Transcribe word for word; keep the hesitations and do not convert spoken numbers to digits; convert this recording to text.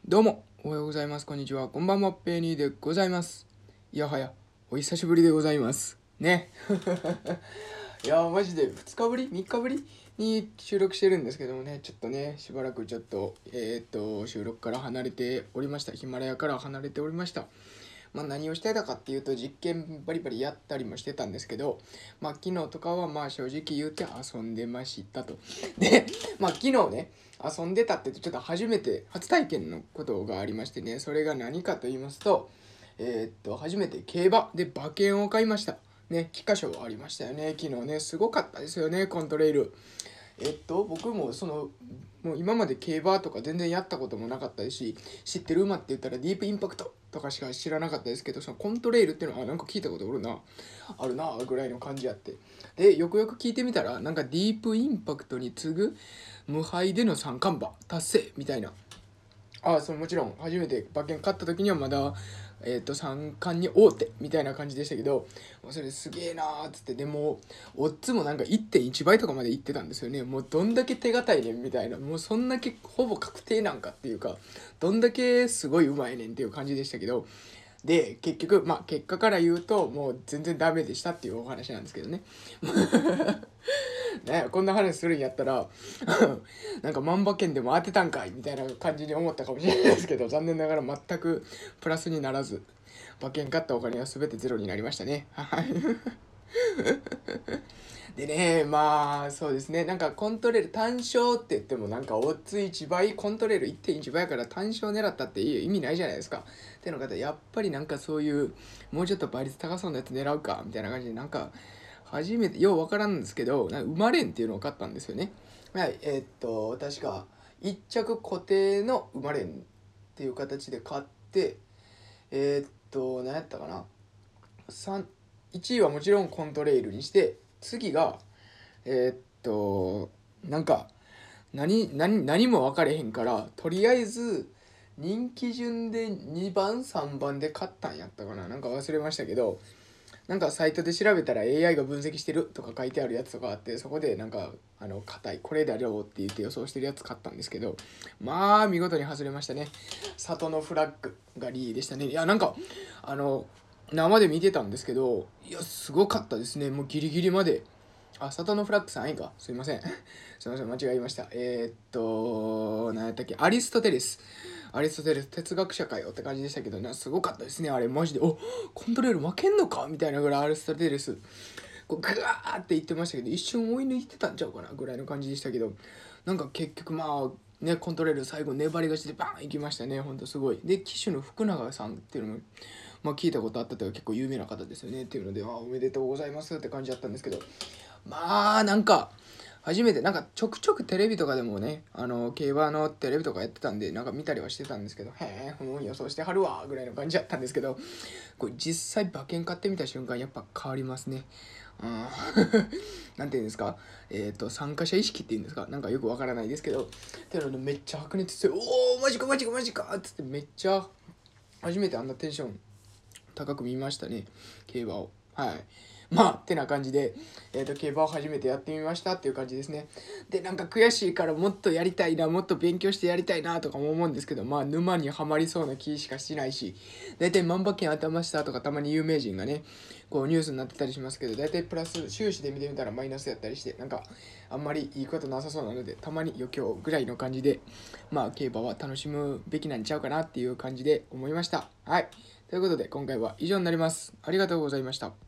どうも、おはようございます。こんにちは。こんばんは。ペーニーでございます。いやはや、お久しぶりでございます。ね。いやー、マジでふつかぶり ?みっ 日ぶりに収録してるんですけどもね、ちょっとね、しばらくちょっと、えー、っと、収録から離れておりました。ヒマラヤから離れておりました。まあ、何をしてたかっていうと、実験バリバリやったりもしてたんですけど、まあ、昨日とかはまあ正直言うて遊んでましたと。で、まあ、昨日ね、遊んでたって言うとちょっと初めて、初体験のことがありましてね、それが何かと言いますと、えーっと、初めて競馬で馬券を買いました。ね、菊花賞ありましたよね、昨日ね、すごかったですよね、コントレイル。えっと、僕もその、もう今まで競馬とか全然やったこともなかったですし、知ってる馬って言ったらディープインパクトとかしか知らなかったですけど、そのコントレイルっていうのは、なんか聞いたことあるな、あるな、ぐらいの感じやって。で、よくよく聞いてみたら、なんかディープインパクトに次ぐ無敗での三冠馬達成みたいな。ああ、それもちろん初めて馬券買った時にはまだ、えっと、三冠に王手みたいな感じでしたけど、もうそれすげえなーっつって、でも、オッズもなんかいってんいちばいとかまでいってたんですよね。もうどんだけ手堅いねんみたいな、もうそんだけほぼ確定なんかっていうか、どんだけすごいうまいねんっていう感じでしたけど、で、結局、まあ結果から言うと、もう全然ダメでしたっていうお話なんですけどね。ね、こんな話するんやったらなんか万馬券でも当てたんかいみたいな感じに思ったかもしれないですけど、残念ながら全くプラスにならず、馬券買ったお金は全てゼロになりましたね。はい。でね、まあそうですね、なんかコントレール単勝って言ってもなんかオッズいちばい、コントレール いってんいち 倍やから単勝狙ったって意味ないじゃないですか。っての方、やっぱりなんかそういうもうちょっと倍率高そうなやつ狙うかみたいな感じで、なんか初めてようわからんんですけど、なんか馬連っていうのを買ったんですよね。はい、えーっと確かいっ着固定の馬連っていう形で買って、えーっと何やったかな、いちいはもちろんコントレイルにして、次がえーっとなんか何何何も分かれへんから、とりあえず人気順でにばんさんばんで買ったんやったかな、なんか忘れましたけど、なんかサイトで調べたら エーアイ が分析してるとか書いてあるやつとかあって、そこでなんかあの硬いこれだろうって言って予想してるやつ買ったんですけど、まあ見事に外れましたね。里のフラッグがリーでしたね。いや、なんかあの生で見てたんですけど、いやすごかったですね。もうギリギリまで。あ、里のフラッグさんいか、すいません。すいません、間違えました。えー、っと何やったっけ、アリストテレスアリストテレス哲学者かよって感じでしたけどね、すごかったですね、あれマジで。お、コントレール負けんのかみたいなぐらいアリストテレスこうグワーって言ってましたけど、一瞬追い抜いてたんちゃうかなぐらいの感じでしたけど、なんか結局まあね、コントレール最後粘り勝ちでバーンいきましたね。ほんとすごい。で、騎手の福永さんっていうのも、まあ、聞いたことあったというか結構有名な方ですよねっていうので、あ、おめでとうございますって感じだったんですけど、まあなんか初めてなんかちょくちょくテレビとかでもね、あの競馬のテレビとかやってたんで、なんか見たりはしてたんですけど、へえ、もう予想してはるわぐらいの感じだったんですけど、これ実際馬券買ってみた瞬間やっぱ変わりますね。うん、なんていうんですか、えっ、ー、と参加者意識っていうんですか、なんかよくわからないですけど、っていうのでめっちゃ白熱して、おおマジかマジかマジかっつって、めっちゃ初めてあんなテンション高く見ましたね、競馬を。はい。まあ、ってな感じで、えっ、ー、と、競馬を初めてやってみましたっていう感じですね。で、なんか悔しいからもっとやりたいな、もっと勉強してやりたいなとかも思うんですけど、まあ、沼にはまりそうな気しかしないし、大体万馬券当てましたとか、たまに有名人がね、こうニュースになってたりしますけど、大体プラス、収支で見てみたらマイナスやったりして、なんか、あんまりいいことなさそうなので、たまに余興ぐらいの感じで、まあ、競馬は楽しむべきなんちゃうかなっていう感じで思いました。はい。ということで、今回は以上になります。ありがとうございました。